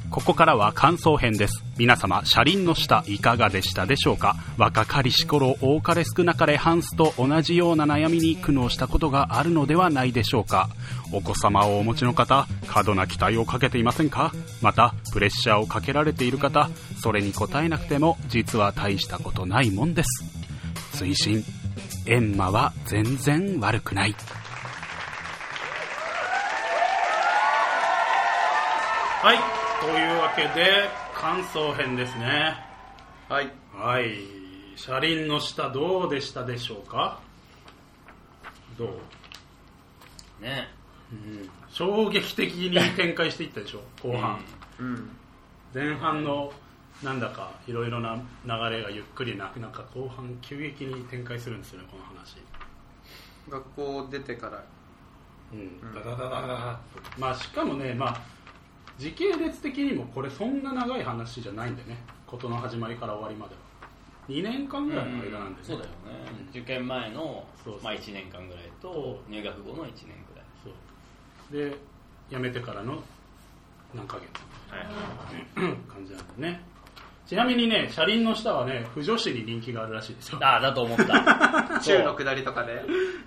ここからは感想編です。皆様、車輪の下いかがでしたでしょうか。若かりし頃、多かれ少なかれハンスと同じような悩みに苦悩したことがあるのではないでしょうか。お子様をお持ちの方、過度な期待をかけていませんか。また、プレッシャーをかけられている方、それに応えなくても実は大したことないもんです。推進、エンマは全然悪くない。はい、というわけで感想編ですね。はい、はい、車輪の下どうでしたでしょうか。どうね、衝撃的に展開していったでしょ後半、前半のなんだかいろいろな流れがゆっくりなんか後半急激に展開するんですよね、この話。 学校出てからダダダダダ。まあしかもね、時系列的にもこれそんな長い話じゃないんでね、事の始まりから終わりまでは2年間ぐらいの間なんでね、 そうだよね、受験前の1年間ぐらいと入学後の1年ぐらいそうで、辞めてからの何ヶ月、感じなんでね。ちなみにね、車輪の下はね、腐女子に人気があるらしいですよ。 だと思った中の下りとかで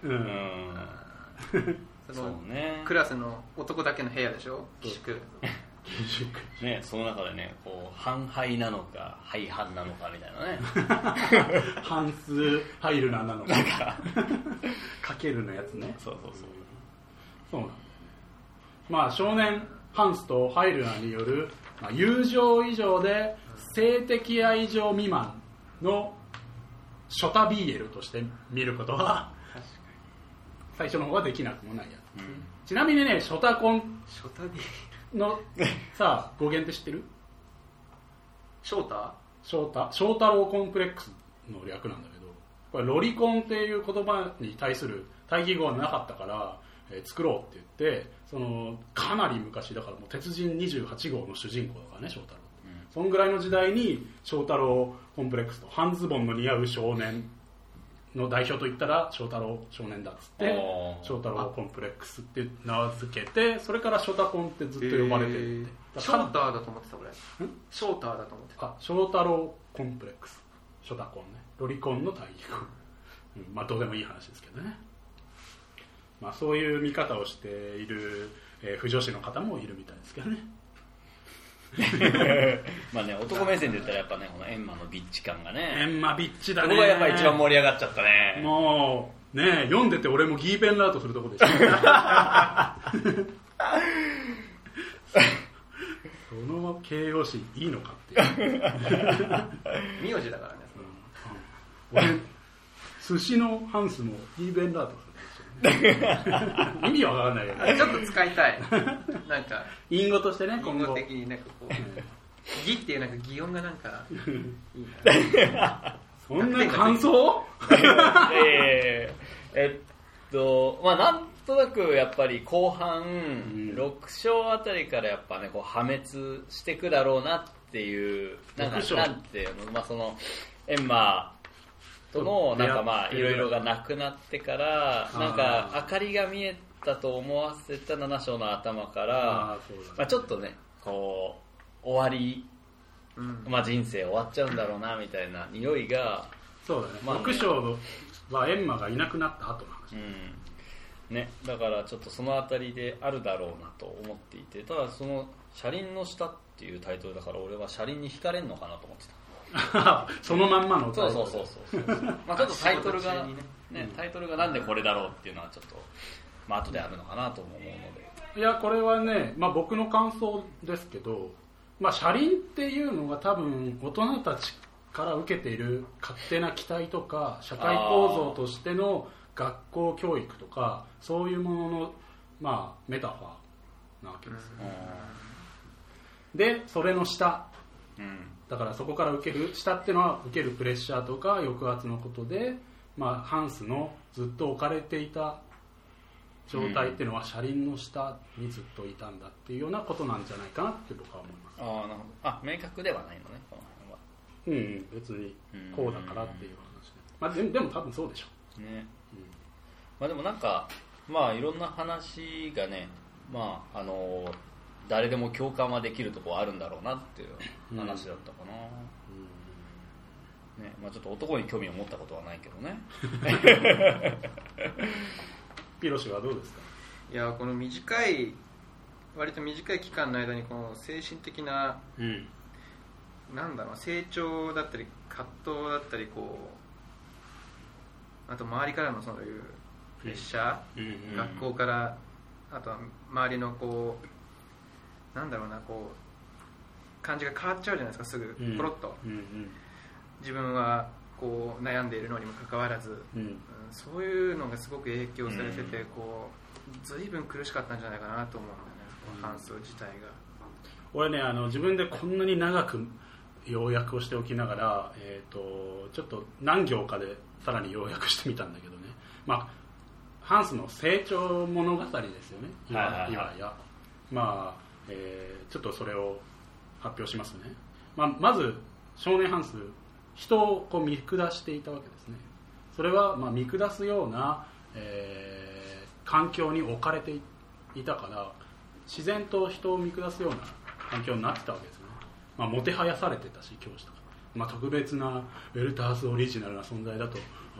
そうね、 クラスの男だけの部屋でしょ、寄宿ね、その中でね、こう半杯なのか廃半なのかみたいなね半数入るなのかかけるのやつね。そうなん。少年ハンスとハイルナーによる、友情以上で性的愛情未満のショタ BL として見ることは最初の方はできなくもないやつ、ちなみにね、ショタコンのさあ語源って知ってる？ 翔太郎コンプレックスの略なんだけど、これロリコンっていう言葉に対する対義語がなかったから、作ろうって言って、そのかなり昔だから、もう鉄人28号の主人公だからね、翔太郎って、そんぐらいの時代に翔太郎コンプレックスと半ズボンの似合う少年の代表と言ったら翔太郎少年だっつって翔太郎コンプレックスって名付けて、それからショタコンってずっと呼ばれてるって、 ショーターだと思ってた俺。ショーターだと思ってた。 翔太郎コンプレックス、ショタコンね、ロリコンの対義語どうでもいい話ですけどね。そういう見方をしている、腐女子の方もいるみたいですけどね男目線で言ったらやっぱね、このエンマのビッチ感がね、 エンマビッチだね。 ここがやっぱ一番盛り上がっちゃったね。 もうね、読んでて俺もギーペンラートするとこでしたその形容詞いいのかっていう名字だからね、 俺寿司のハンスもギーペンラートする意味わからないよね。 ちょっと使いたい。なんか隠語としてね、 今後的になんかこう義っていうなんか擬音がなんかいいな。そんな感想？ なんとなくやっぱり後半6章あたりからやっぱね、こう破滅していくだろうなっていう、なんていうの、そのエンマとのなんかいろいろがなくなってから、なんか明かりが見えたと思わせた7章の頭から、ちょっとね、こう終わり、人生終わっちゃうんだろうなみたいな匂いが。 そうだね、6章はエンマがいなくなった後の話、 ね、だからちょっとそのあたりであるだろうなと思っていて、ただその車輪の下っていうタイトルだから、俺は車輪に惹かれんのかなと思ってたそのまんまのタイトル。そうちょっとタイトルがタイトルがなんでこれだろうっていうのはちょっと後であるのかなと思うので、 いやこれはね、僕の感想ですけど、車輪っていうのが多分大人たちから受けている勝手な期待とか社会構造としての学校教育とか、そういうもののメタファーなわけですよ、でそれの下、だからそこから受ける下っていうのは受けるプレッシャーとか抑圧のことで、ハンスのずっと置かれていた状態っていうのは車輪の下にずっといたんだっていうようなことなんじゃないかなって僕は思います。 なるほど。明確ではないのね、この辺は。別にこうだからっていう話で、でも多分そうでしょね。でもなんかいろんな話がね、 誰でも共感はできるところあるんだろうなっていう話だったかな、ね、まあ、ちょっと男に興味を持ったことはないけどねピロシはどうですか？ いや、この割と短い期間の間にこの精神的な、なんだろう、成長だったり葛藤だったり、こうあと周りからのそういうプレッシャー、学校からあとは周りのこうなんだろうな、こう感じが変わっちゃうじゃないですか、すぐポロッと、自分はこう悩んでいるのにもかかわらず、そういうのがすごく影響されてて、こう随分苦しかったんじゃないかなと思うんだよね、ハンス自体が。 俺ね、自分でこんなに長く要約をしておきながら、ちょっと何行かでさらに要約してみたんだけどね、まあ、ハンスの成長物語ですよね、いわや、まあちょっとそれを発表しますね。まず少年ハンス、人をこう見下していたわけですね。それはまあ見下すような、環境に置かれていたから、自然と人を見下すような環境になってたわけですね。まあ、もてはやされてたし、教師とか、まあ、特別なウェルタースオリジナルな存在だと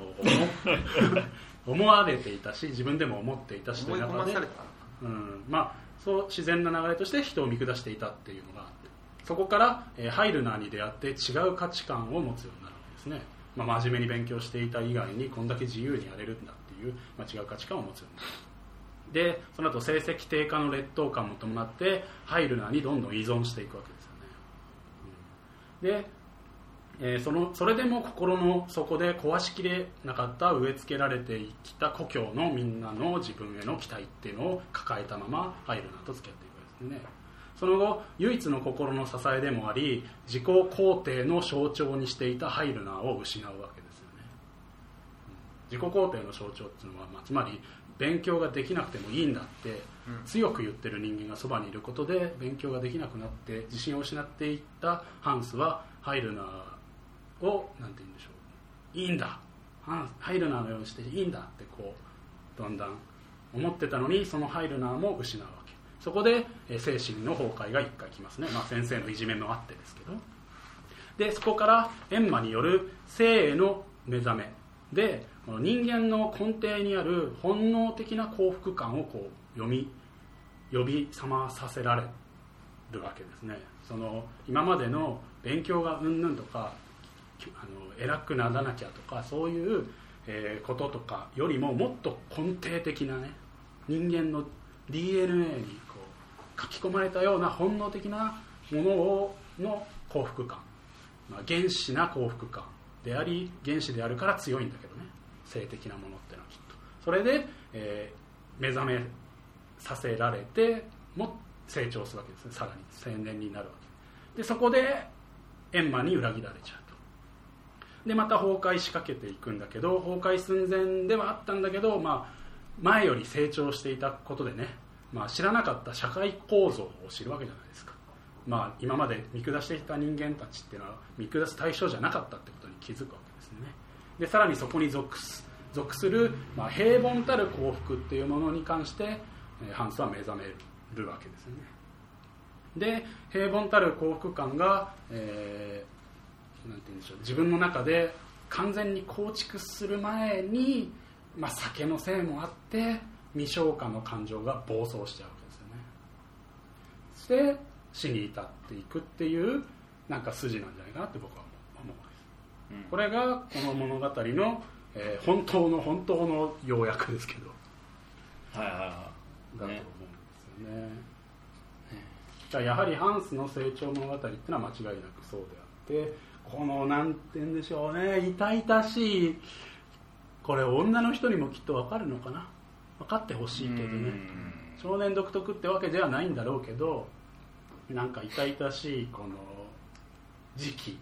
思われていたし、自分でも思っていたし、 思い込まされた、 まあ、そう自然な流れとして人を見下していたっていうのがあって、そこから、ハイルナーに出会って違う価値観を持つようになるわけですね。まあ、真面目に勉強していた以外にこんだけ自由にやれるんだっていう、まあ、違う価値観を持つようになる。でその後成績低下の劣等感も伴ってハイルナーにどんどん依存していくわけですよね。で、それでも心の底で壊しきれなかった植え付けられてきた故郷のみんなの自分への期待っていうのを抱えたままハイルナーと付き合っていくわけですね。その後唯一の心の支えでもあり自己肯定の象徴にしていたハイルナーを失うわけですよね。自己肯定の象徴っていうのは、まあ、つまり勉強ができなくてもいいんだって強く言ってる人間がそばにいることで勉強ができなくなって自信を失っていったハンスはハイルナーをなんて言うんでしょう、いいんだ、ハイルナーのようにしていいんだってこうだんだん思ってたのに、そのハイルナーも失うわけ。そこで精神の崩壊が一回来ますね。まあ、先生のいじめもあってですけど、でそこからエンマによる性への目覚めで、人間の根底にある本能的な幸福感をこう呼び覚まさせられるわけですね。その今までの勉強がうんぬんとか偉くならなきゃとかそういう、こととかよりももっと根底的なね、人間の DNA にこう書き込まれたような本能的なものの幸福感、まあ、原始な幸福感であり原始であるから強いんだけどね、性的なものってのはきっとそれで、目覚めさせられても成長するわけですね。さらに青年になるわけで、そこでエンマに裏切られちゃうと。でまた崩壊しかけていくんだけど、崩壊寸前ではあったんだけど、まあ、前より成長していたことでね、まあ、知らなかった社会構造を知るわけじゃないですか。まあ、今まで見下していた人間たちっていうのは見下す対象じゃなかったってことに気づくわけですね。でさらにそこに属する、まあ、平凡たる幸福っていうものに関してハンスは目覚めるわけですよね。で平凡たる幸福感が、なんて言うんでしょう、自分の中で完全に構築する前に、まあ、酒のせいもあって未消化の感情が暴走しちゃうわけですよね。そして死に至っていくっていうなんか筋なんじゃないかなって僕は思うわけです、これがこの物語の、本当の要約ですけど、だと思うんですよね。やはりハンスの成長物語っていうのは間違いなくそうであって、このなんて言うんでしょうね、痛々しい、これ女の人にもきっと分かるのかな、分かってほしいけどね、少年独特ってわけではないんだろうけど、なんか痛々しいこの時期、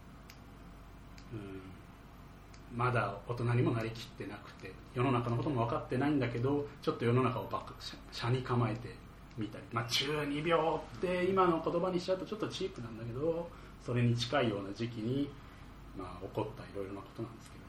まだ大人にもなりきってなくて世の中のことも分かってないんだけど、ちょっと世の中を車に構えてみたり、まあ、中二病って今の言葉にしちゃうとちょっとチープなんだけど、それに近いような時期に、まあ、起こったいろいろなことなんですけ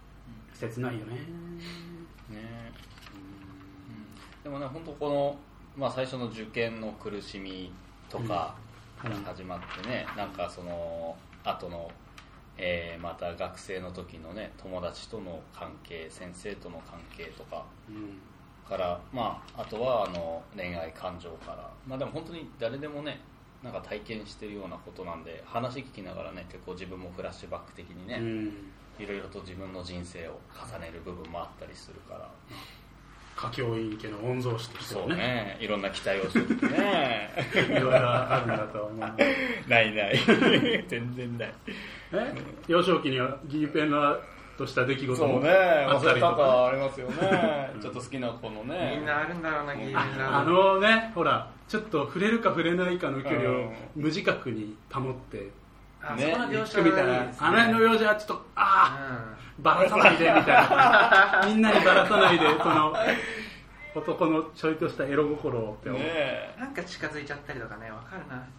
どね、切ないよね。 でもね、本当このまあ、最初の受験の苦しみとかから始まってね、なんかその後の、また学生の時のね友達との関係、先生との関係とかから、まあ、あとは恋愛感情から、まあ、でも本当に誰でもねなんか体験してるようなことなんで、話聞きながらね結構自分もフラッシュバック的にね、いろいろと自分の人生を重ねる部分もあったりするから、 歌教員家の御曹司としてそうね、いろんな期待をしててねいろいろあるんだとは思うない全然ない。 幼少期にはギリペンのとした出来事もそうね、 あったりとか、 ありますよねちょっと好きな子のね、 みんなあるんだろうな、ギリペンね、ほらちょっと触れるか触れないかの距離を無自覚に保ってね、その描写みたいな、あの辺の描写はちょっとバラさないでみたいなみんなにバラさないで、その男のちょいとしたエロ心をって思う、 ね、なんか近づいちゃったりとかね、わかるな。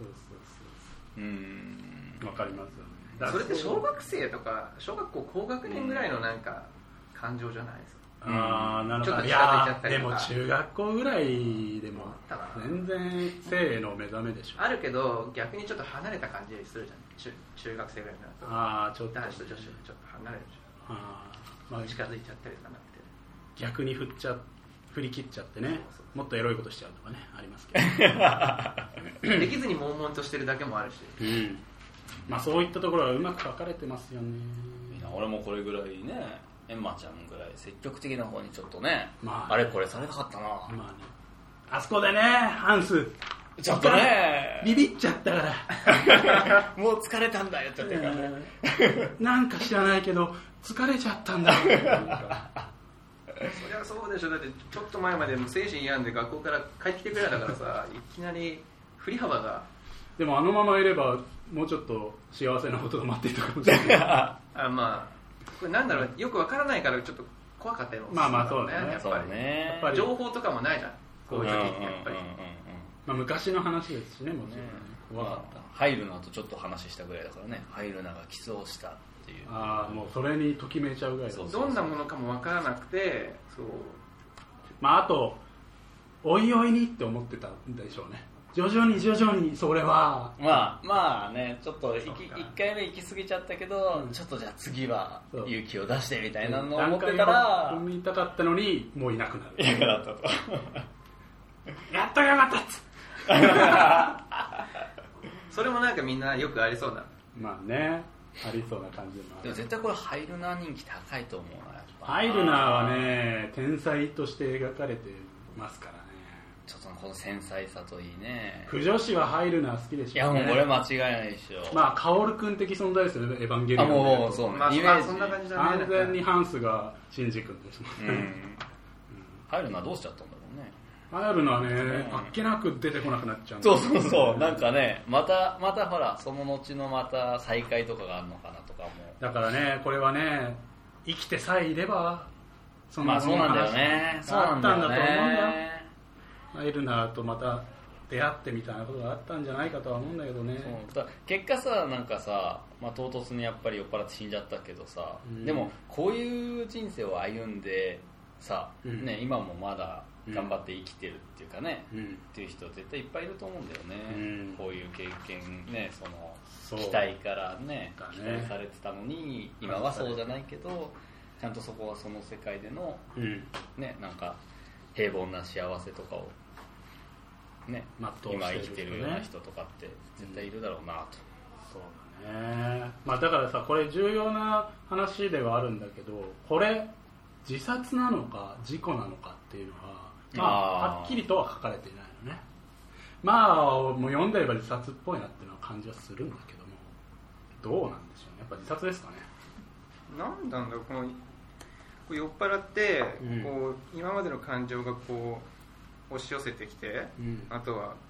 そうわかりますよね。 それって小学生とか小学校高学年ぐらいのなんか感情じゃないですか。 なるほど。 ちょっと近づいちゃったりとか。 でも中学校ぐらいでも全然性への目覚めでしょ。 あるけど逆にちょっと離れた感じするじゃん。中学生ぐらいになると。ちょっと男子と女子ちょっと離れるじゃん。近づいちゃったりとかなって。 逆に振り切っちゃってね、もっとエロいことしちゃうとかね、ありますけどできずに悶々としてるだけもあるし、 まあ、そういったところはうまく書かれてますよね。 俺もこれぐらいね、エンマちゃんぐらい積極的な方にちょっとね、あれこれされたかったな。 まあね、あそこでね、ハンスちょっとねビビっちゃったからもう疲れたんだよって言ってからねなんか知らないけど疲れちゃったんだそりゃそうでしょ。だってちょっと前まで精神病んで学校から帰ってきてくれたからさいきなり振り幅が。 でもあのままいればもうちょっと幸せなことが待っていたかもしれないまあこれなんだろう、よくわからないからちょっと怖かったよ。 まあそうだね、 やっぱり情報とかもないじゃん、こういう時ってやっぱり、 まあ、昔の話ですしね、もちろんね、怖かった。 ハイルナとちょっと話したぐらいだからね、ハイルナがキスをしたっていう、 もうそれにときめいちゃうぐらい。 どんなものかもわからなくて、そう、 まああとおいおいにって思ってたんでしょうね。徐々にそれはまあね、ちょっと1回目行き過ぎちゃったけど、ちょっとじゃあ次は勇気を出してみたいなのを思ってたら、 踏みたかったのにもういなくなる。 いなくなったとやっとよかったっつそれもなんかみんなよくありそうだ。 まあね、ありそうな感じもある。 でも絶対これハイルナー人気高いと思うな。 ハイルナーはね、天才として描かれてますからね。 ちょっとこの繊細さといいね。 不女子はハイルナー好きでしょ、ね。 いやもうこれ間違いないでしょ。 まあカオル君的存在ですよね、エヴァンゲリオン。 もうそうね、イメージそんな感じだね。 完全にハンスがシンジ君ですもんね。 ハイルナーどうしちゃったんだろうね。 ハイルナーね、あっけなく出てこなくなっちゃう。 そうなんかね、またほらその後のまた再会とかがあるのかなとかも。 だからね、これはね、生きてさえいればまあそうなんだよね。そうなんだよね。 あったんだと思うんだ。ハイルナーとまた出会ってみたいなことがあったんじゃないかとは思うんだけどね。 結果さ、なんかさ、まあ、唐突にやっぱり酔っ払って死んじゃったけどさ、でもこういう人生を歩んでさ、ね、今もまだ頑張って生きてるっていうかね、っていう人絶対いっぱいいると思うんだよね。こういう経験ね、その期待からね、期待されてたのに今はそうじゃないけど、ちゃんとそこはその世界での、ね、なんか平凡な幸せとかをね、今生きてるような人とかって絶対いるだろうなと。 そうだね。まあだからさ、これ重要な話ではあるんだけど、これ自殺なのか事故なのかっていうのは、まあはっきりとは書かれていないのね。まあもう読んでれば自殺っぽいなっていうのは感じはするんだけども、どうなんでしょうね。やっぱ自殺ですかね。 なんだろう、この酔っ払って、こう今までの感情がこう押し寄せてきて、あとは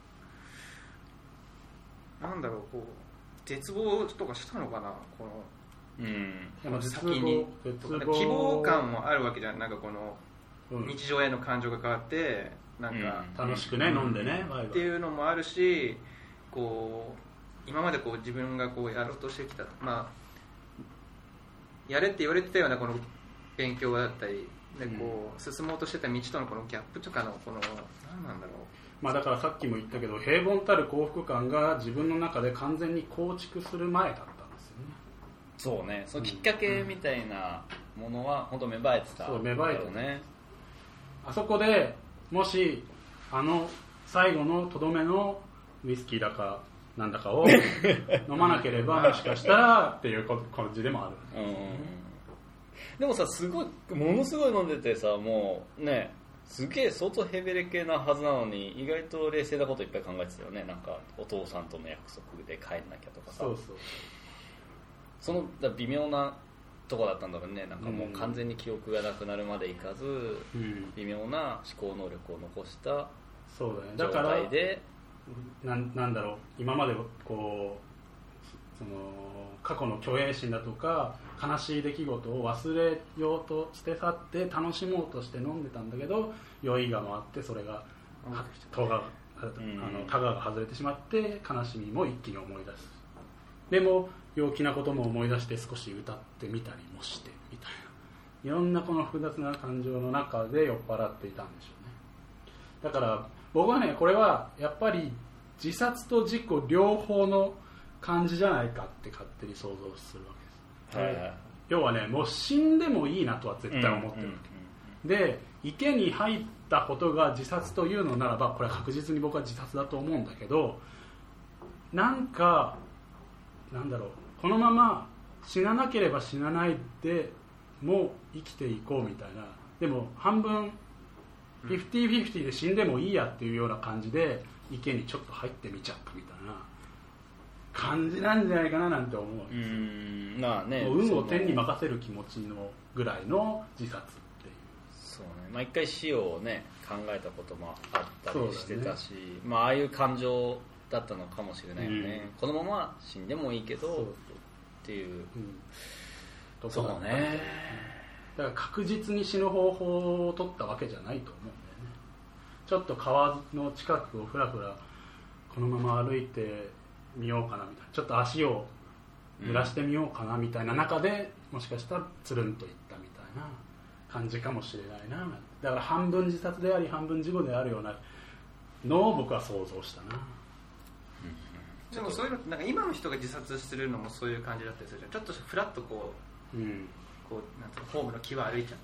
なんだろう、こう絶望とかしたのかな、この先に希望感もあるわけじゃん。なんかこの日常への感情が変わってなんか楽しくね、飲んでねっていうのもあるし、こう今までこう自分がこうやろうとしてきた、まあやれって言われてたようなこの勉強だったりで、こう進もうとしてた道とのこのギャップとかのこの何なんだろまあ、だからさっきも言ったけど平凡たる幸福感が自分の中で完全に構築する前だったんですよね。 そうね、そのきっかけみたいなものは本当芽生えてた、 そう芽生えてたね。 あそこでもし最後のとどめのウイスキーだかなんだかを飲まなければもしかしたらっていう感じでもある、 でもさ、すごいものすごい飲んでてさ、もうねすげえ相当ヘベレ系なはずなのに意外と冷静なこといっぱい考えてたよね。なんかお父さんとの約束で帰んなきゃとかさ、その微妙なとこだったんだろうね。なんかもう完全に記憶がなくなるまでいかず、微妙な思考能力を残した状態で、 なんだろう、今までこうその過去の虚栄心だとか悲しい出来事を忘れようと捨て去って楽しもうとして飲んでたんだけど、酔いが回ってそれがタガが外れてしまって悲しみも一気に思い出す。でも陽気なことも思い出して少し歌ってみたりもしてみたいな、いろんなこの複雑な感情の中で酔っ払っていたんでしょうね。だから僕はね、これはやっぱり自殺と事故両方の感じじゃないかって勝手に想像するわけです、要はね、もう死んでもいいなとは絶対思ってるわけ、で池に入ったことが自殺というのならばこれは確実に僕は自殺だと思うんだけど、なんだろう、このまま死ななければ死なないでも生きていこうみたいな、でも半分50-50で死んでもいいやっていうような感じで池にちょっと入ってみちゃったみたいな感じなんじゃないかななんて思うんですよ。 まあね、 もう運を天に任せる気持ちのぐらいの自殺っていう。 そうね、まあ、一回死をね考えたこともあったりしてたし、まあ、ああいう感情だったのかもしれないよね、このまま死んでもいいけどっていう、そうね。 だから確実に死ぬ方法を取ったわけじゃないと思うんだよね。ちょっと川の近くをふらふらこのまま歩いてみようかなみたいな、ちょっと足を濡らしてみようかなみたいな中で、もしかしたらつるんといったみたいな感じかもしれないな。だから半分自殺であり半分事故であるようなのを僕は想像したな。 でもそういうのってなんか今の人が自殺するのもそういう感じだったりするじゃん。ちょっとフラッとこう、こうなんていうの、ホームの際歩いちゃって、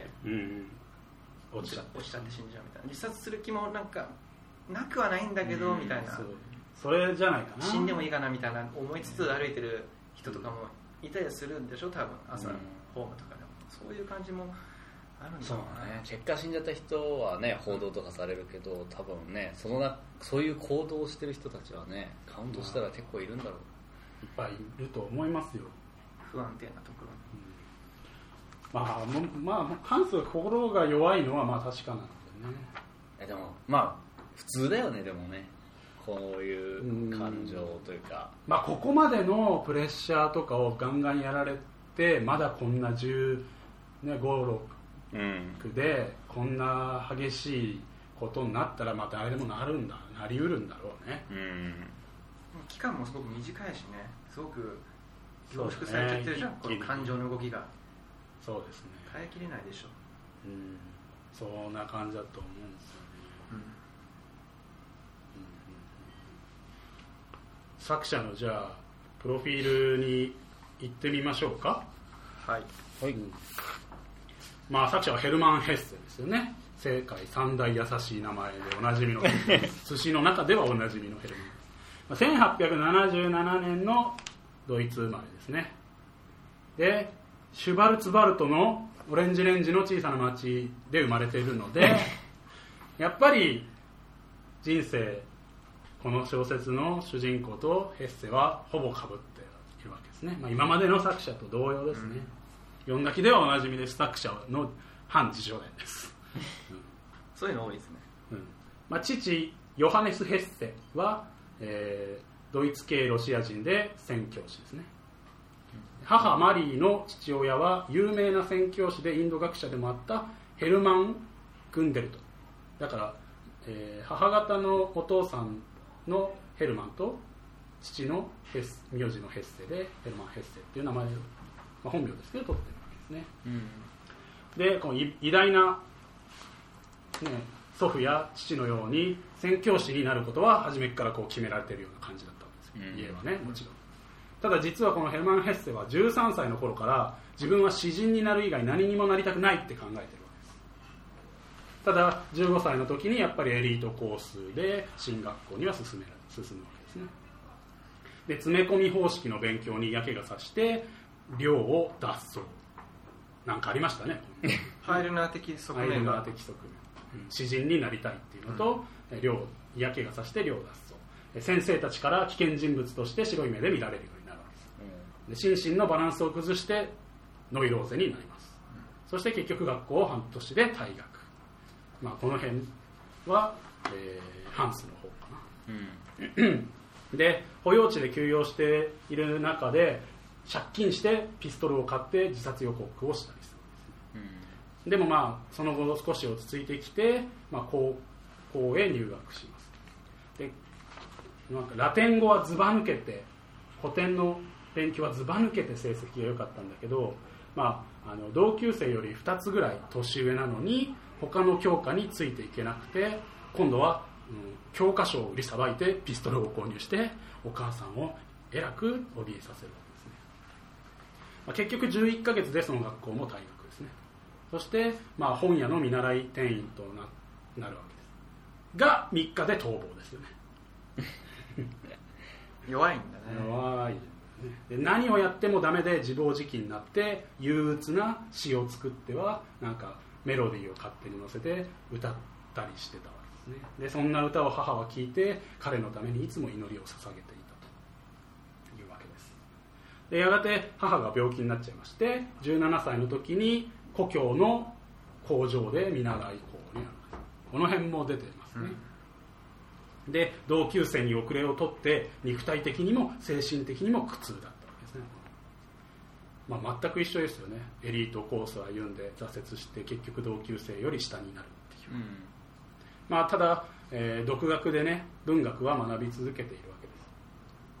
落ちちゃって死んじゃうみたいな。自殺する気もなんかなくはないんだけど、みたいな。 それじゃないかな。 死んでもいいかなみたいな思いつつ歩いてる人とかもいたりするんでしょ、多分朝、ホームとかでもそういう感じもあるんだろうね。 結果死んじゃった人はね報道とかされるけど、多分ねそういう行動をしてる人たちはねカウントしたら結構いるんだろう。 いっぱいいると思いますよ。 不安定なところに、まあ関数心が弱いのはまあ確かなんだよね。 でもまあ普通だよね。でもね、こういう感情というか、 まあここまでのプレッシャーとかをガンガンやられて、まだこんな15、6でこんな激しいことになったら、また誰でもなりうるんだろうね。 期間もすごく短いしね、すごく凝縮されちゃってるじゃん、この感情の動きが。 そうですね、 耐えきれないでしょ。 そんな感じだと思うんですよね。作者のじゃあプロフィールに行ってみましょうか。 はい、 まあ、作者はヘルマン・ヘッセですよね。世界三大優しい名前でおなじみの寿司の中ではおなじみのヘルマン。1877年のドイツ生まれですね。でシュバルツバルトのオレンジレンジの小さな町で生まれているのでやっぱり人生、この小説の主人公とヘッセはほぼ被っているわけですね。まあ、今までの作者と同様ですね。読んだ気ではおなじみです。作者の反自叙伝です、 そういうの多いですね。 まあ、父ヨハネス・ヘッセは、ドイツ系ロシア人で宣教師ですね。母マリーの父親は有名な宣教師でインド学者でもあったヘルマン・グンデルトだから、母方のお父さんのヘルマンと父の名字のヘッセでヘルマン・ヘッセっていう名前を、本名ですけど取ってるわけですね。でこの偉大な、 祖父や父のように宣教師になることは初めからこう決められているような感じだったんですよ、家はね、もちろん。ただ実はこのヘルマン・ヘッセは13歳の頃から自分は詩人になる以外何にもなりたくないって考えてるわけです。ただ15歳の時にやっぱりエリートコースで進学校には進むわけですね。で詰め込み方式の勉強に嫌気がさして寮を脱走なんかありましたね。 ハイルナー的側面が詩人になりたいっていうのと、寮嫌気がさして寮脱走、先生たちから危険人物として白い目で見られるようになるわけです。で心身のバランスを崩してノイローゼになります。そして結局学校を半年で退学、この辺は、ハンスの方かな、で保養地で休養している中で借金してピストルを買って自殺予告をしたりするんです、でもその後少し落ち着いてきて、高校へ入学します。でラテン語はずば抜けて古典の勉強はずば抜けて成績が良かったんだけど、同級生より2つぐらい年上なのに他の教科についていけなくて今度は、教科書を売りさばいてピストルを購入してお母さんをえらく怯えさせるわけですね。結局11ヶ月でその学校も退学ですね。そして、本屋の見習い店員となるわけですが3日で逃亡ですよね。 弱いんだね。 弱いで何をやってもダメで自暴自棄になって憂鬱な詩を作ってはなんかメロディーを勝手に乗せて歌ったりしてたわけですね。でそんな歌を母は聴いて彼のためにいつも祈りを捧げていたというわけです。でやがて母が病気になっちゃいまして17歳の時に故郷の工場で見習い工になる。この辺も出ていますね、で同級生に遅れを取って肉体的にも精神的にも苦痛だったわけですね。全く一緒ですよね。エリートコースを歩んで挫折して結局同級生より下になるっていう、ただ、独学でね文学は学び続けているわけです。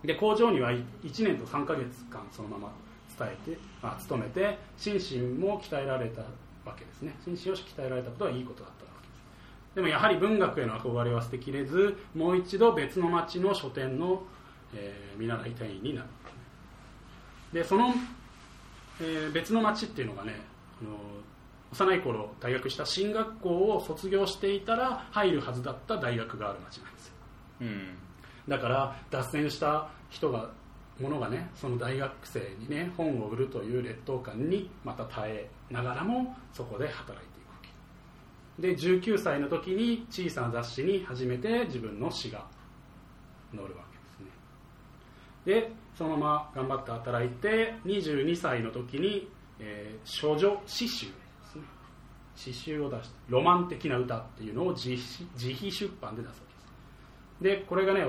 で工場には1年と3ヶ月間そのまま勤めて心身も鍛えられたわけですね。心身を鍛えられたことはいいことだったわけです。でもやはり文学への憧れは捨てきれずもう一度別の町の書店の、見習い店員になる。でその、別の町っていうのがね幼い頃大学した進学校を卒業していたら入るはずだった大学がある町なんですよ、だから脱線した者がねその大学生にね本を売るという劣等感にまた耐えながらもそこで働いていくわけで19歳の時に小さな雑誌に初めて自分の詩が載るわけですね。でそのまま頑張って働いて22歳の時に、書女詩集ですね詩集を出してロマン的な歌っていうのを自費出版で出すわけです。でこれがね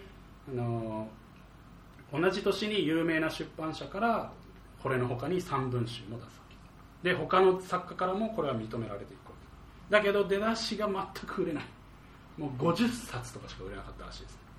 同じ年に有名な出版社からこれの他に3文集も出すわけで他の作家からもこれは認められていくわけだけど出だしが全く売れない。もう50冊とかしか売れなかったらしいですね、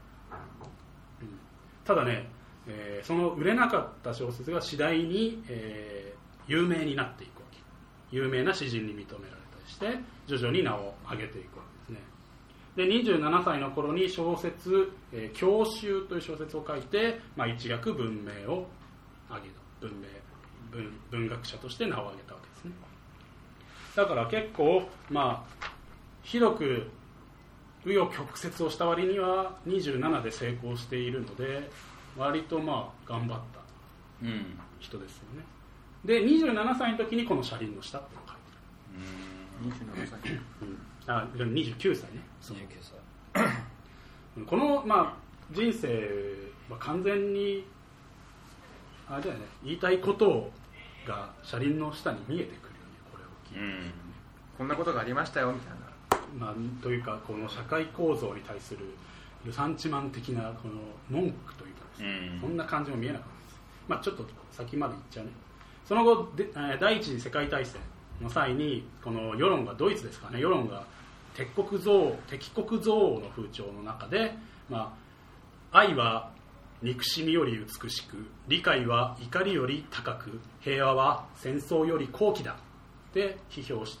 ただね、その売れなかった小説が次第に、有名になっていくわけ。有名な詩人に認められたりして徐々に名を上げていくわけですね。で27歳の頃に小説「郷愁」という小説を書いて、一躍文名を上げた文学者として名を上げたわけですね。だから結構ひどく紆余曲折をした割には27で成功しているので割と頑張った人ですよね、で27歳の時にこの車輪の下っていうのを書いてる。27歳、29歳ね。 29歳この、人生は完全にあれだよね、言いたいことが車輪の下に見えてくるよね、これを聞いて、 こんなことがありましたよみたいな、 というかこの社会構造に対するルサンチマン的なこの文句というかですね、そんな感じも見えなかったです。ちょっと先まで言っちゃうね。その後で第一次世界大戦の際にこの世論がドイツですかね、世論が敵国憎悪の風潮の中で、愛は憎しみより美しく、理解は怒りより高く、平和は戦争より高貴だって批評して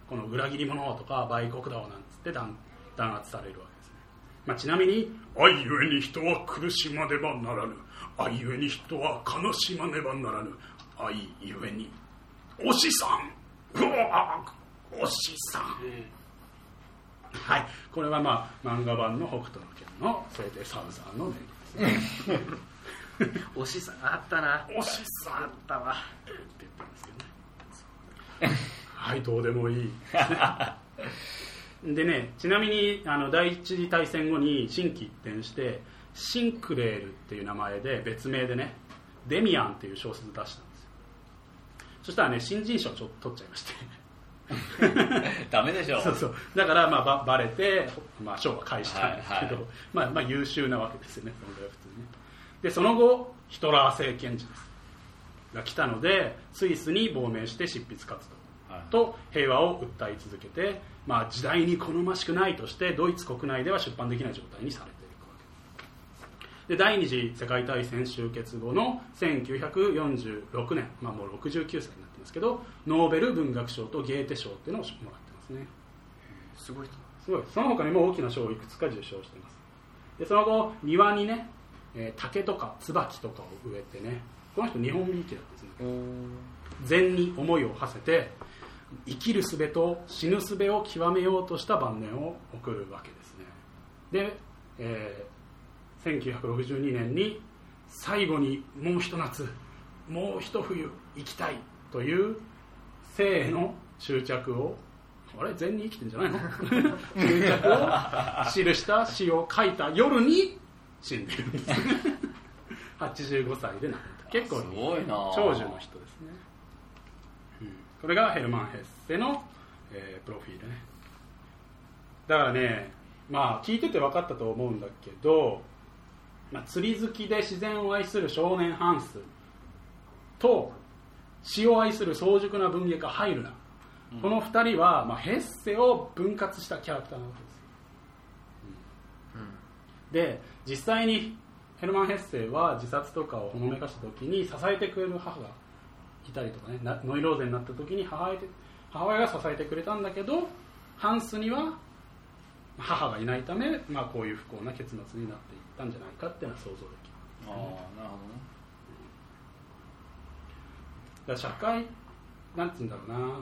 この裏切り者とか売国だなんつって弾圧されるわけですね。ちなみに愛ゆえに人は苦しまねばならぬ、愛ゆえに人は悲しまねばならぬ、愛ゆえにおしさん、おしさん、はい、これは漫画版の北斗の拳の聖帝サウザーの名義ですね。 おしさんあったな、 おしさんあったわって言ったんですけどね。はい、どうでもいい。でね、ちなみに第一次大戦後に心機一転してシンクレールっていう名前で別名でねデミアンっていう小説出したんですよ。そしたらね新人賞取っちゃいましてダメでしょ。 そうだからバレて賞は返したんですけど、優秀なわけですよね、そのぐらい普通にね。でその後ヒトラー政権時ですが来たのでスイスに亡命して執筆活動と平和を訴え続けて、時代に好ましくないとしてドイツ国内では出版できない状態にされていくわけで、第二次世界大戦終結後の1946年、もう69歳になってますけどノーベル文学賞とゲーテ賞っていうのをもらってますね。 すごい。 その他にも大きな賞をいくつか受賞しています。でその後庭にね竹とか椿とかを植えてね、この人日本びいきだったんですね。禅に思いを馳せて生きる術と死ぬ術を極めようとした晩年を送るわけですね。で、1962年に最後にもう一夏もう一冬生きたいという生への執着を、あれ禅に生きてんじゃないの執着を記した詩を書いた夜に死んでるんです85歳で亡くなった。結構長寿の人ですね。これがヘルマン・ヘッセの、プロフィールね。だからね、聞いてて分かったと思うんだけど、釣り好きで自然を愛する少年ハンスと詩を愛する早熟な文芸家ハイルナ、この2人は、ヘッセを分割したキャラクターなわけですよ。で実際にヘルマン・ヘッセは自殺とかをほのめかした時に支えてくれる母がいたりとかね、ノイローゼになった時に母親が支えてくれたんだけど、ハンスには母がいないため、こういう不幸な結末になっていったんじゃないかっていうのは想像できます、ね。 なるほどね。 だから社会なんて言うんだろうな、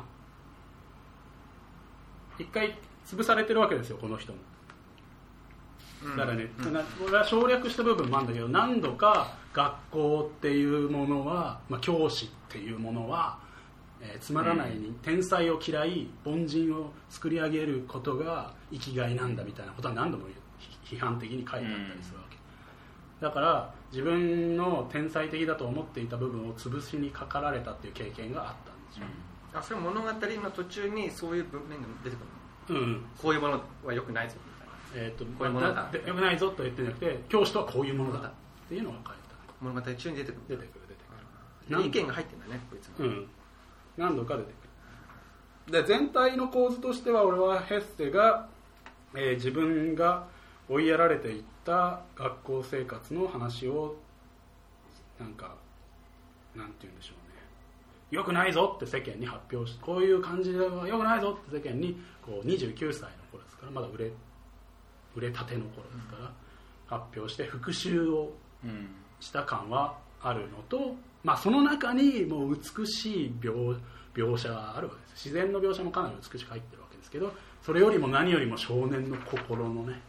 一回潰されてるわけですよこの人も。だからね、これは省略した部分もあるんだけど、何度か学校っていうものは、教師っていうものは、つまらないに天才を嫌い凡人を作り上げることが生きがいなんだみたいなことは何度も批判的に書いてあったりするわけ。だから自分の天才的だと思っていた部分を潰しにかかられたっていう経験があったんですよ、 それ物語の途中にそういう面が出てくるの、こういうものは良くないぞみたいな、こういうものだ良くないぞと言ってなくて、教師とはこういうものだっていうのが書いてある。 物語中に出てくる意見が入ってるんだねこいつも、 何度か出てくる。で全体の構図としては俺はヘッセが、自分が追いやられていった学校生活の話をなんて言うんでしょうね、良くないぞって世間に発表して、こういう感じでは良くないぞって世間にこう29歳の頃ですから、まだ売れたての頃ですから、発表して復讐をした感はあるのと、その中にもう美しい描写があるわけです。自然の描写もかなり美しく入ってるわけですけど、それよりも何よりも少年の心のね、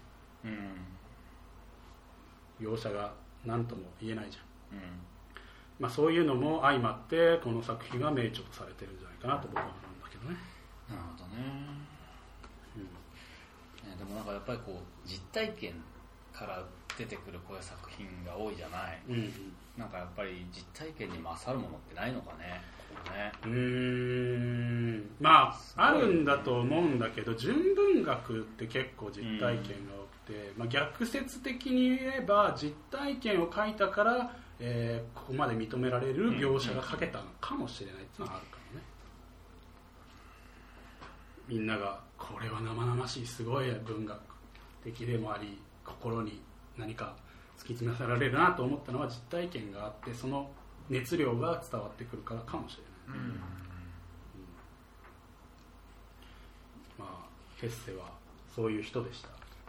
描写が何とも言えないじゃん、そういうのも相まってこの作品は名著とされてるんじゃないかなと僕は思うんだけどね。 なるほどね、でもなんかやっぱりこう実体験から出てくるこういう作品が多いじゃない、なんかやっぱり実体験に勝るものってないのかね。 あるんだと思うんだけど、純文学って結構実体験が多くて、逆説的に言えば実体験を書いたから、ここまで認められる描写が書けたのかもしれないっていうのはあるかもね。みんながこれは生々しいすごい文学的でもあり心に何か突き詰められるなと思ったのは実体験があって、その熱量が伝わってくるからかもしれない、 ヘッセはそういう人でした。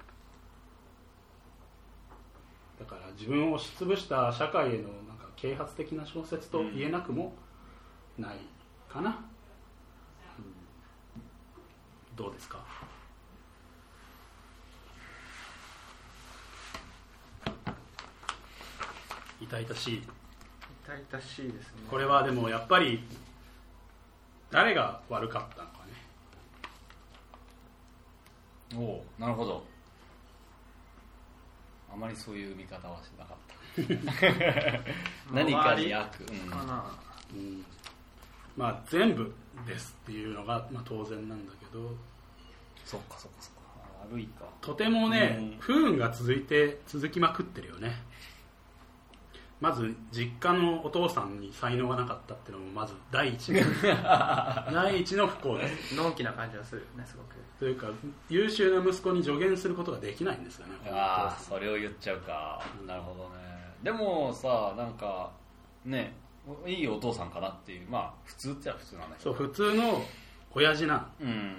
だから自分を押しつぶした社会へのなんか啓発的な小説と言えなくもないかな、どうですか？痛々しい。 痛々しいですね。 これはでもやっぱり誰が悪かったのかね。 おお、なるほど。あまりそういう見方はしなかった何かに悪、 まあ全部ですっていうのが、まあ、当然なんだけど、 そっか悪いか。 とてもね、不運が続きまくってるよね。まず実家のお父さんに才能がなかったっていうのもまず第一の不幸です。 のんきな感じがするよね、すごく。 というか優秀な息子に助言することができないんですよね。 ああ、それを言っちゃうか、なるほどね。でもさ、なんかね、いいお父さんかなっていう、まあ普通っちゃ普通なんだけど、 そう普通の親父なん、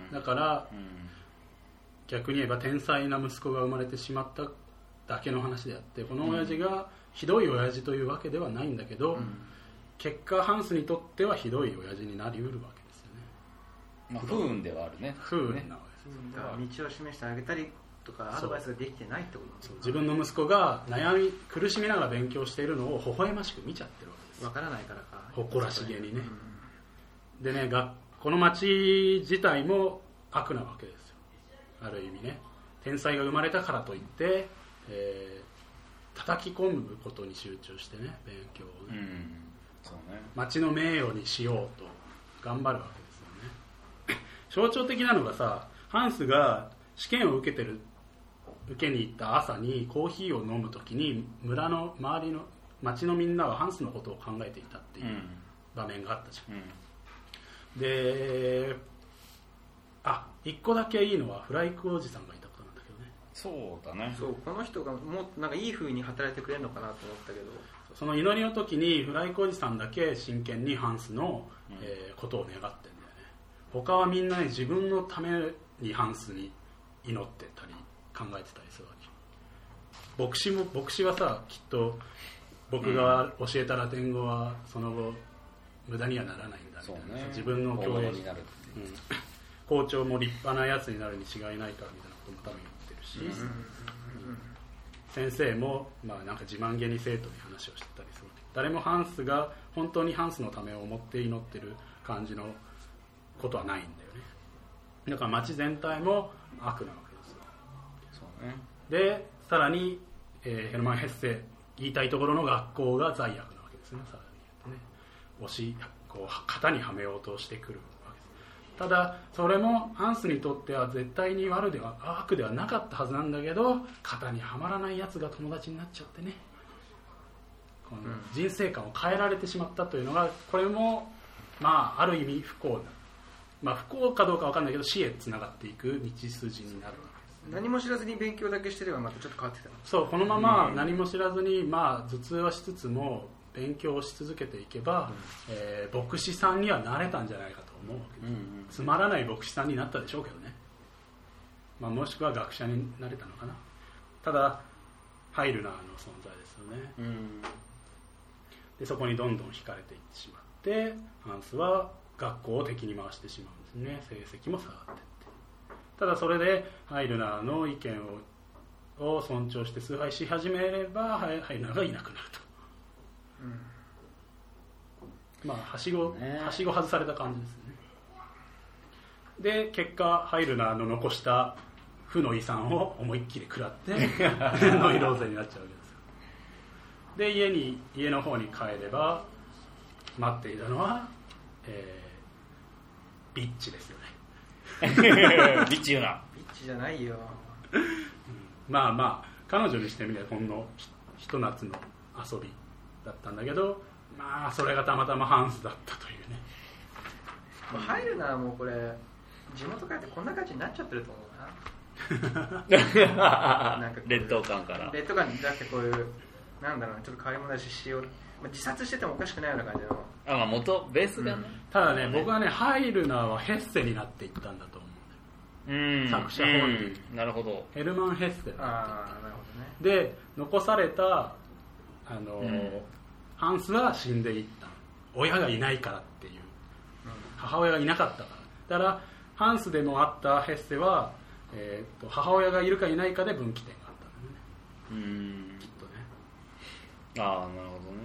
だから、逆に言えば天才な息子が生まれてしまっただけの話であって、この親父がひどい親父というわけではないんだけど、結果ハンスにとってはひどい親父になりうるわけですよね。 まあ、不運ではあるね。 不運なわけです。 道を示してあげたりとかアドバイスができてないってことなんですよ。 自分の息子が苦しみながら勉強しているのを微笑ましく見ちゃってるわけです。 わからないからか。 誇らしげにね。でね、この町自体も悪なわけですよ。ある意味ね、天才が生まれたからといって、叩き込むことに集中してね、勉強をね、そうね、町の名誉にしようと頑張るわけですよね。象徴的なのがさ、ハンスが試験を受けに行った朝にコーヒーを飲むときに村の周りの町のみんなはハンスのことを考えていたっていう場面があったじゃん、で、一個だけいいのはフライクおじさんがいたことなんだけどね。 そうだね。 そう、この人がもっとなんかいい風に働いてくれるのかなと思ったけど、 その祈りの時にフライクおじさんだけ真剣にハンスの、ことを願ってんだよね。他はみんなね、自分のためにハンスに祈ってたり考えてたりするわけ。牧師はさ、きっと僕が教えたラテン語はその後無駄にはならないんだみたいな、自分の教養になるっていう、校長も立派なやつになるに違いないからみたいなことも多分言ってるし、先生も、なんか自慢げに生徒に話をしてたりする。誰もハンスが本当にハンスのためを思って祈ってる感じのことはないんだよね。だから町全体も悪なわけですよ。そうね。でさらに、ヘルマン・ヘッセ言いたいところの学校が罪悪なわけですね。さらに言ってね、型にはめようとしてくるわけです。ただそれもハンスにとっては絶対に悪では悪ではなかったはずなんだけど、型にはまらないやつが友達になっちゃってね、この人生観を変えられてしまったというのが、これもある意味不幸だ、不幸かどうか分かんないけど死へつながっていく道筋になるわけです、ね。 何も知らずに勉強だけしてればまたちょっと変わってきた。 そう、このまま何も知らずに、頭痛はしつつも勉強をし続けていけば、牧師さんにはなれたんじゃないかと思うわけです、つまらない牧師さんになったでしょうけどね、もしくは学者になれたのかな。ただハイルナーの存在ですよね、でそこにどんどん惹かれていってしまって、ハンスは学校を敵に回してしまうんですね。成績も下がっていって、ただそれでハイルナーの意見を尊重して崇拝し始めれば、ハイルナーがいなくなると、はしご外された感じですね。で結果ハイルナーの残した負の遺産を思いっきり食らってノイローゼになっちゃうわけですよ。で家の方に帰れば待っていたのは、ビッチですよね。 ビッチ言うな。 ビッチじゃないよ。 彼女にしてみればほんのひと夏の遊びだったんだけど、それがたまたまハンスだったというね。 ハイルナーもこれ地元帰ってこんな感じになっちゃってると思うな。 なんか劣等感から。 劣等感だってこういうちょっと変わり者だし自殺しててもおかしくないような感じの。 元ベースがね。 ただね、僕はねハイルナーはヘッセになっていったんだと思作者本人、 なるほど。 ヘルマン・ヘッセルで残されたハンスは死んでいった、親がいないからっていう、母親がいなかったから。だからハンスでもあったヘッセは、母親がいるかいないかで分岐点があったんだよね、きっとね。 ああ、なるほどね。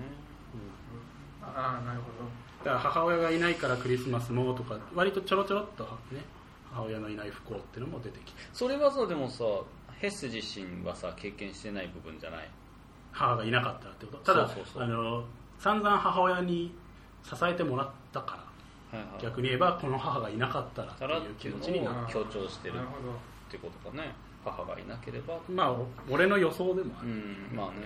ああ、なるほど。 だから母親がいないからクリスマスもとか、割とちょろちょろっとね、母親のいない不幸っていうのも出てきて。 それはさ、でもさ、ヘッセ自身はさ、経験してない部分じゃない？ 母がいなかったってこと。ただ、散々母親に支えてもらったから、はいはい、逆に言えばこの母がいなかったらっていう気持ちになる、 強調してるってことかね。母がいなければ、 まあ俺の予想でもある、 まあね、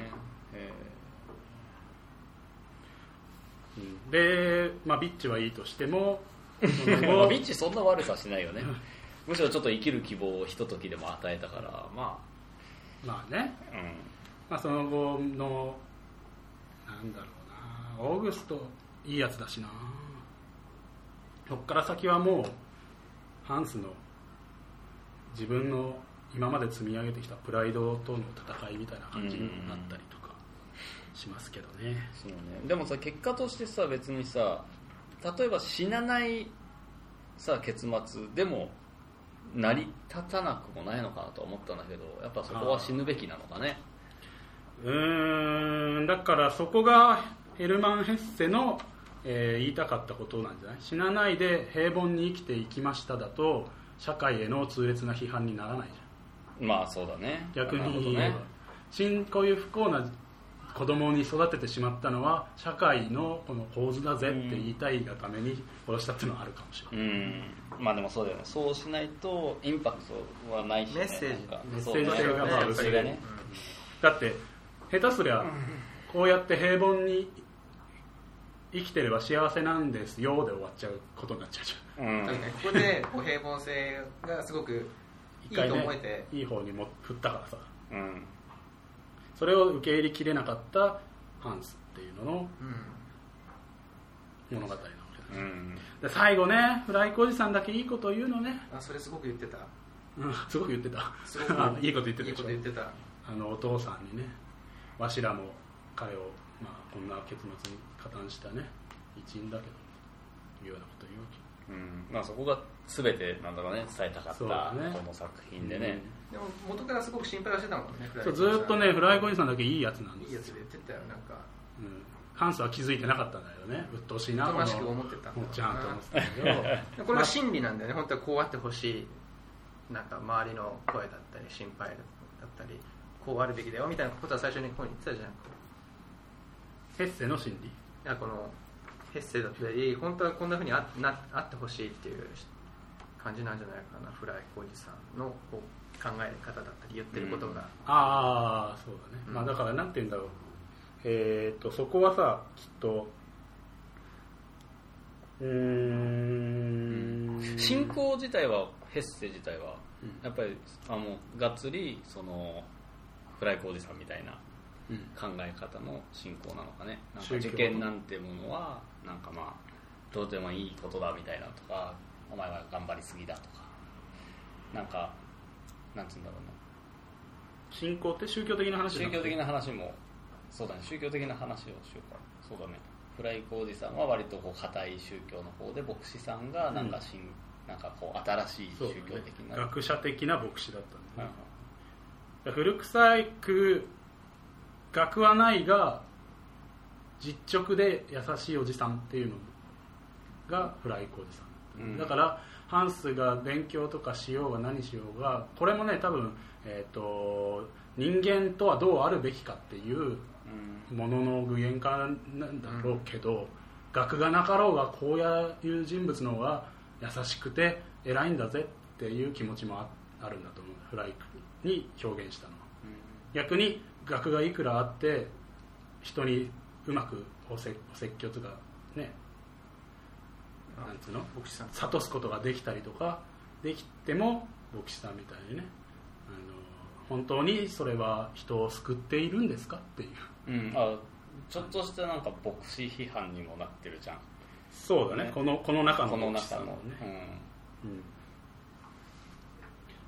で、まあ、ビッチはいいとしてもビッチそんな悪さしないよねむしろちょっと生きる希望をひとときでも与えたから、まあね、まあ、その後のなんだろうな、オーグストいいやつだしな、そっから先はもうハンスの自分の今まで積み上げてきたプライドとの戦いみたいな感じにもなったりとかしますけどね。 そうね。でもさ、結果としてさ、別にさ、例えば死なないさ結末でも成り立たなくもないのかなと思ったんだけど、やっぱそこは死ぬべきなのかね。 だからそこがヘルマン・ヘッセの、言いたかったことなんじゃない？死なないで平凡に生きていきましただと社会への痛烈な批判にならないじゃん。 まあそうだね。 逆に言えば、こういう不幸な子供に育ててしまったのは社会のこの構図だぜって言いたいがために殺したっていうのはあるかもしれない。 まあでもそうだよね。そうしないとインパクトはないし、ね、 メッセージ性が薄いね。だって下手すりゃこうやって平凡に生きてれば幸せなんですよで終わっちゃうことになっちゃうじゃん。 ここでこう平凡性がすごくいいと思えて、 ね、いい方にも振ったからさ、それを受け入れきれなかったハンスっていうのの物語なわけだし、で最後ね、フライコおじさんだけいいことを言うのね。 それすごく言ってた。 すごく言ってた。いいこと言ってたでしょ。 いいこと言ってた。 お父さんにね、わしらも彼を、まあ、こんな結末に加担したね一員だけどいうようなことを言うわけ。 まあ、そこが全てなんだろうね、伝えたかった、ね、この作品でね、 でも元からすごく心配はしてたもんね。 そうずっとね、フライコおじさんだけいいやつなんです。 いいやつで言ってたよ。なんか、 ハンスは気づいてなかったんだよね。鬱陶しいな、 おとなしく思ってたもちゃんと思ってたけどこれが真理なんだよね。本当はこうあってほしい、なんか周りの声だったり心配だったり、こうあるべきだよみたいなことは最初にここに言ってたじゃん。 ヘッセの心理、 このヘッセだったり、本当はこんな風にあってほしいっていう感じなんじゃないかな。フライコおじさんのこう考え方だったり言ってることが、 ああそうだね、まあだからなんて言うんだろう、そこはさ、きっと信仰自体は、ヘッセ自体はやっぱりもうがっつりそのフライコおじさんみたいな考え方の信仰なのかね。なんか受験なんてものはなんかまあどうでもいいことだみたいなとか、お前は頑張りすぎだとか、なんかなんつうんだろうな、 信仰って宗教的な話だ。 宗教的な話もそうだね。宗教的な話をしようか。そうだね。フライコおじさんは割とこう固い宗教の方で、牧師さんがなんかなんかこう新しい宗教的な、 学者的な牧師だったんだね。古臭く学はないが実直で優しいおじさんっていうのがフライコおじさん、だからハンスが勉強とかしようが何しようが、これもね多分、人間とはどうあるべきかっていうものの具現化なんだろうけど、学がなかろうがこういう人物の方が優しくて偉いんだぜっていう気持ちもあるんだと思う。フライクに表現したのは、逆に学がいくらあって人にうまくお説教とかね、なんつうの、牧師さん諭すことができたりとかできても、牧師さんみたいにね、本当にそれは人を救っているんですかっていう、 ちょっとしたなんか牧師批判にもなってるじゃん。 そうだね、この中の牧師さんのね、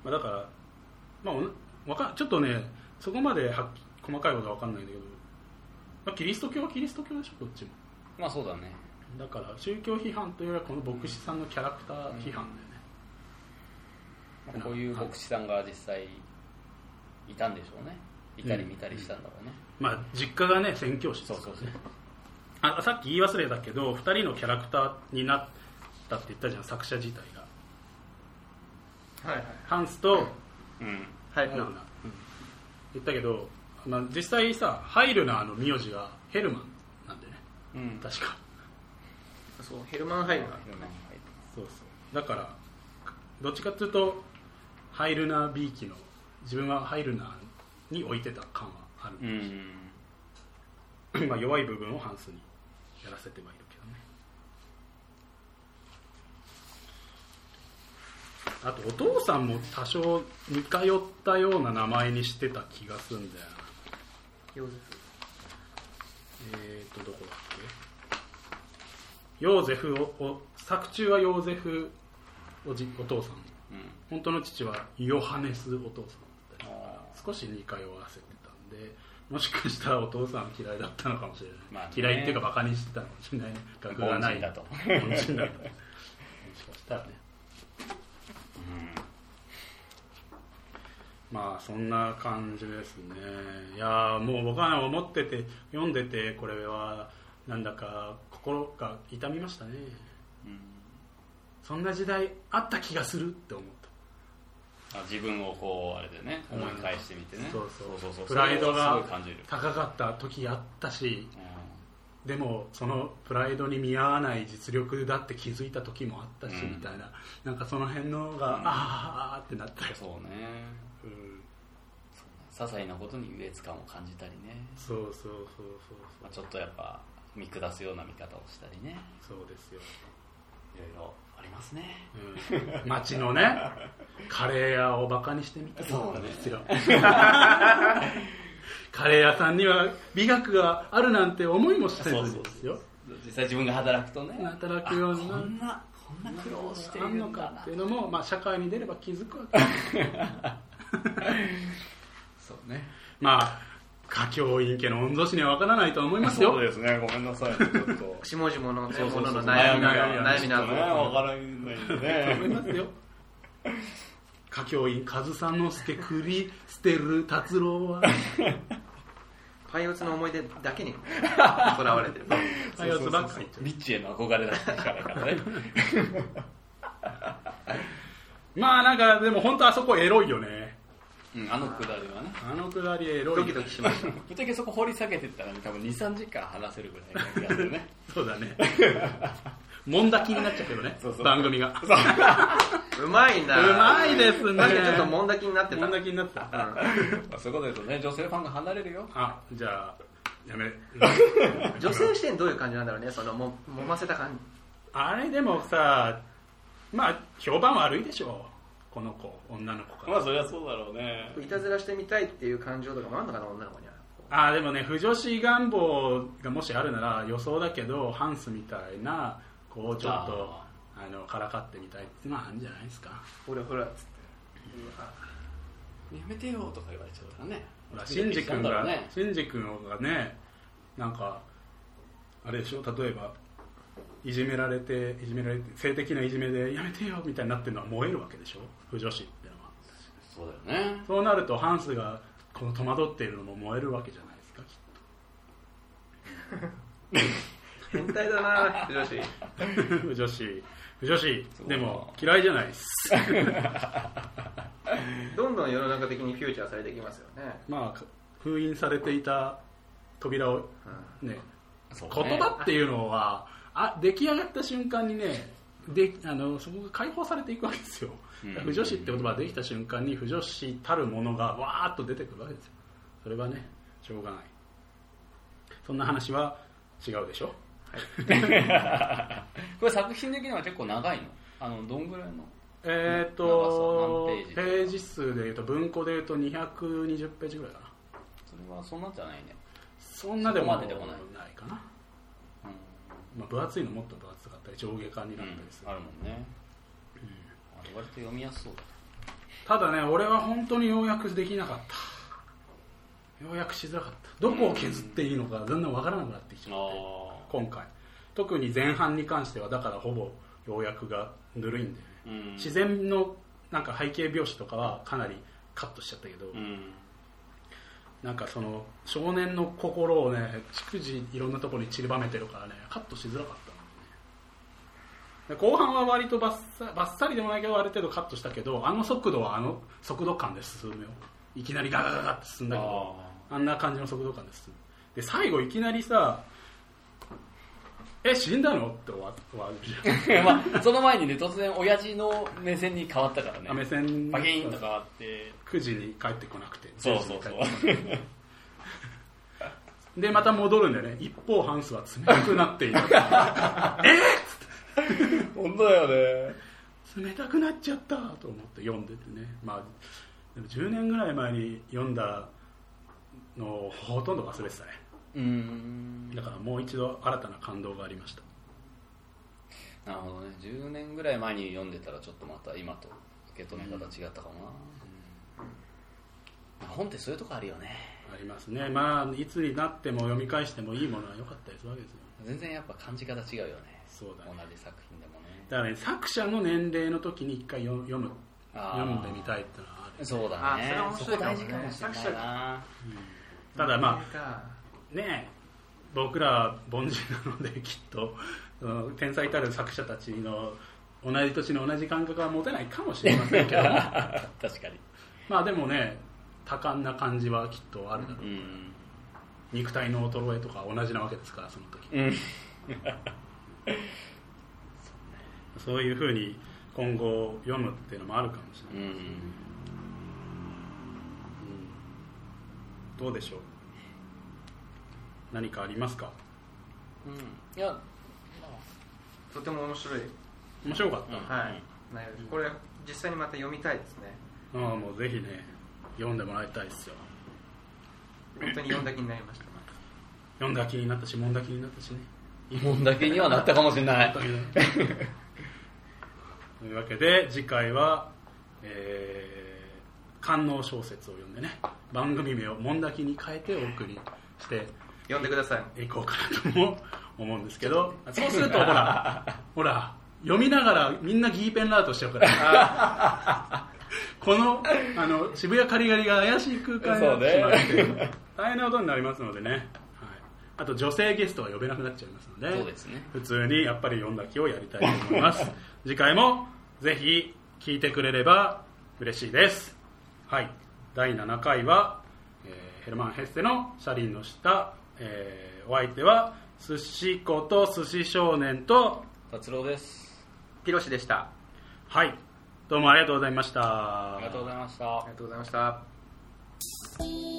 だから、ちょっとねそこまで細かいことは分かんないんだけど、キリスト教はキリスト教でしょどっちも。 まあそうだね。 だから宗教批判というよりはこの牧師さんのキャラクター批判だよね、 こういう牧師さんが実際いたんでしょうね。いたり見たりしたんだろうね、 実家がね宣教師ですからね。さっき言い忘れたけど2人のキャラクターになったって言ったじゃん、作者自体が、ハンスとハイルナー、言ったけど、実際さハイルナーの名字がヘルマンなんでね、確かそうヘルマン・ハイルナー、 そうだからどっちかっていうとハイルナー B 期の自分はハイルナーに置いてた感はあるんで、弱い部分をハンスにやらせてはいるけどね。あとお父さんも多少似通ったような名前にしてた気がするんだよな。 ヨーゼフ、 どこだっけ。ヨーゼフを作中はヨーゼフお父さん、本当の父はヨハネスお父さんだったりから少し似通わせてたんで、もしかしたらお父さん嫌いだったのかもしれない、嫌いっていうかバカにしてたのかもしれないね。学がない凡人だと凡人だともしかしたらね、そんな感じですね。いやもう僕は思ってて読んでてこれはなんだか心が痛みましたね、そんな時代あった気がするって思った。 自分をこうあれでね思い返してみてね、 そうプライドが高かった時あったし、でもそのプライドに見合わない実力だって気づいた時もあったし、みたいな、なんかその辺のが、あーってなったよ。 そうね、些細なことに優越感を感じたりね。 そうちょっとやっぱ見下すような見方をしたりね。そうですよ、いろいろありますね、 街のねカレー屋をバカにしてみたそうですよカレー屋さんには美学があるなんて思いもせずですよ。 実際自分が働くとね、 働くようにこんな苦労しているのかっていうのも、社会に出れば気づくわけそうね、 歌教員家の御曹司には分からないと思いますよ。 そうですね、ごめんなさい、ちょっと下々のものの悩みな分からないんだよね。 思いますよ。歌教員上総介栗捨てる達郎はパイオツの思い出だけにとらわれてる。 パイオツばっかりリッチへの憧れだったからねなんかでも本当あそこエロいよね。 あのくだりはね、 あのくだりエロい。 ドキドキしました。 ぶっちゃけそこ掘り下げてったら、多分 2,3 時間話せるぐらいの気がするねそうだねもんだきになっちゃうけどね、番組がうまいな。 うまいですね。 なんかちょっともんだきになってた。 もんだきになってたそういうこと言うとね、女性ファンが離れるよ。 じゃあやめ女性視点どういう感じなんだろうね、そのもませた感じ。 あれでもさ、評判悪いでしょ、この子、女の子から。 そりゃそうだろうね。 いたずらしてみたいっていう感情とかもあるのかな、女の子には。 でもね、不女子願望がもしあるなら予想だけど、ハンスみたいなちょっとからかってみたいっていうのはあるんじゃないですか。 ほらほらっつって、 やめてよとか言われちゃうからね。 シンジ君がね、なんかあれでしょ、例えばいじめられて性的ないじめでやめてよみたいになってるのは燃えるわけでしょ、不女子ってのは。 そうだよね。 そうなるとハンスがこの戸惑っているのも燃えるわけじゃないですか、きっと変態だな不女子不女子でも嫌いじゃないですどんどん世の中的にフューチャーされていきますよね。 封印されていた扉をね、言葉っていうのは出来上がった瞬間にね、そこが解放されていくわけですよ。不女子って言葉ができた瞬間に不女子たるものがわーっと出てくるわけですよ。それはね、しょうがない。そんな話は違うでしょ、 これ作品的には結構長いの？どんぐらいの？ ページ数でいうと文庫でいうと220ページぐらいかな。 それはそんなじゃないね。 そんなでもないかな。分厚いのもっと分厚かったり上下巻になったりする、 あるもんね。割と読みやすそうだ。 ただね俺は本当に要約できなかった。要約しづらかった。どこを削っていいのか全然わからなくなってきちゃって今回特に前半に関してはだからほぼ要約がぬるいんで、ね、自然のなんか背景描写とかはかなりカットしちゃったけど、なんかその少年の心をね逐次いろんなところに散りばめてるからねカットしづらかったで後半は割とバッサリでもないけどある程度カットしたけどあの速度はあの速度感で進むよ。いきなりガガガガって進んだけどあんな感じの速度感で進む。で最後いきなりさ死んだのって終わるじゃんまあ、その前にね突然親父の目線に変わったからね。 目線バキーンと変わって 9時に帰ってこなくてそうでまた戻るんだよね。一方ハンスは冷たくなっている本当だよね。 冷たくなっちゃったと思って読んでてね。まあでも10年ぐらい前に読んだのをほとんど忘れてたね。だからもう一度新たな感動がありました。 なるほどね。10年ぐらい前に読んでたらちょっとまた今と受け止め方違ったかもな、本ってそういうとこあるよね。 ありますね。まあいつになっても読み返してもいいものは良かったりするわけですよ。 全然やっぱ感じ方違うよね。 そうだね。 同じ作品でもね。 だからね作者の年齢の時に一回読んでみたいってのはある。 そうだね。 そこ大事かもしれないな。 ただまあね僕ら凡人なのできっと天才たる作者たちの同じ年の同じ感覚は持てないかもしれませんけど確かに。まあでもね多感な感じはきっとあるだろう、肉体の衰えとか同じなわけですからその時、そういう風に今後読むっていうのもあるかもしれない、どうでしょう。何かありますか。 いやとても面白かった、はい、これ実際にまた読みたいですね。 もうぜひね読んでもらいたいですよ。 本当に読んだ気になりました。 読んだ気になったしもんだ気になったしね。 もんだけにはなったかもしれないというわけで次回は、官能小説を読んでね番組名をもんだきに変えてお送りして読んでください。 いこうかなとも思うんですけどそうするとほら読みながらみんなギーペンラートしちゃうからこの渋谷カリガリが怪しい空間になってしまって大変なことになりますのでね、はい、あと女性ゲストが呼べなくなっちゃいますので、 そうですね、 普通にやっぱり読んだ気をやりたいと思います次回もぜひ聞いてくれれば嬉しいです。はい、第7回は、ヘルマン・ヘッセの車輪の下、お相手は寿司子と寿司少年と達郎です。 ピロシでした。 はい、どうもありがとうございました。 ありがとうございました。 ありがとうございました。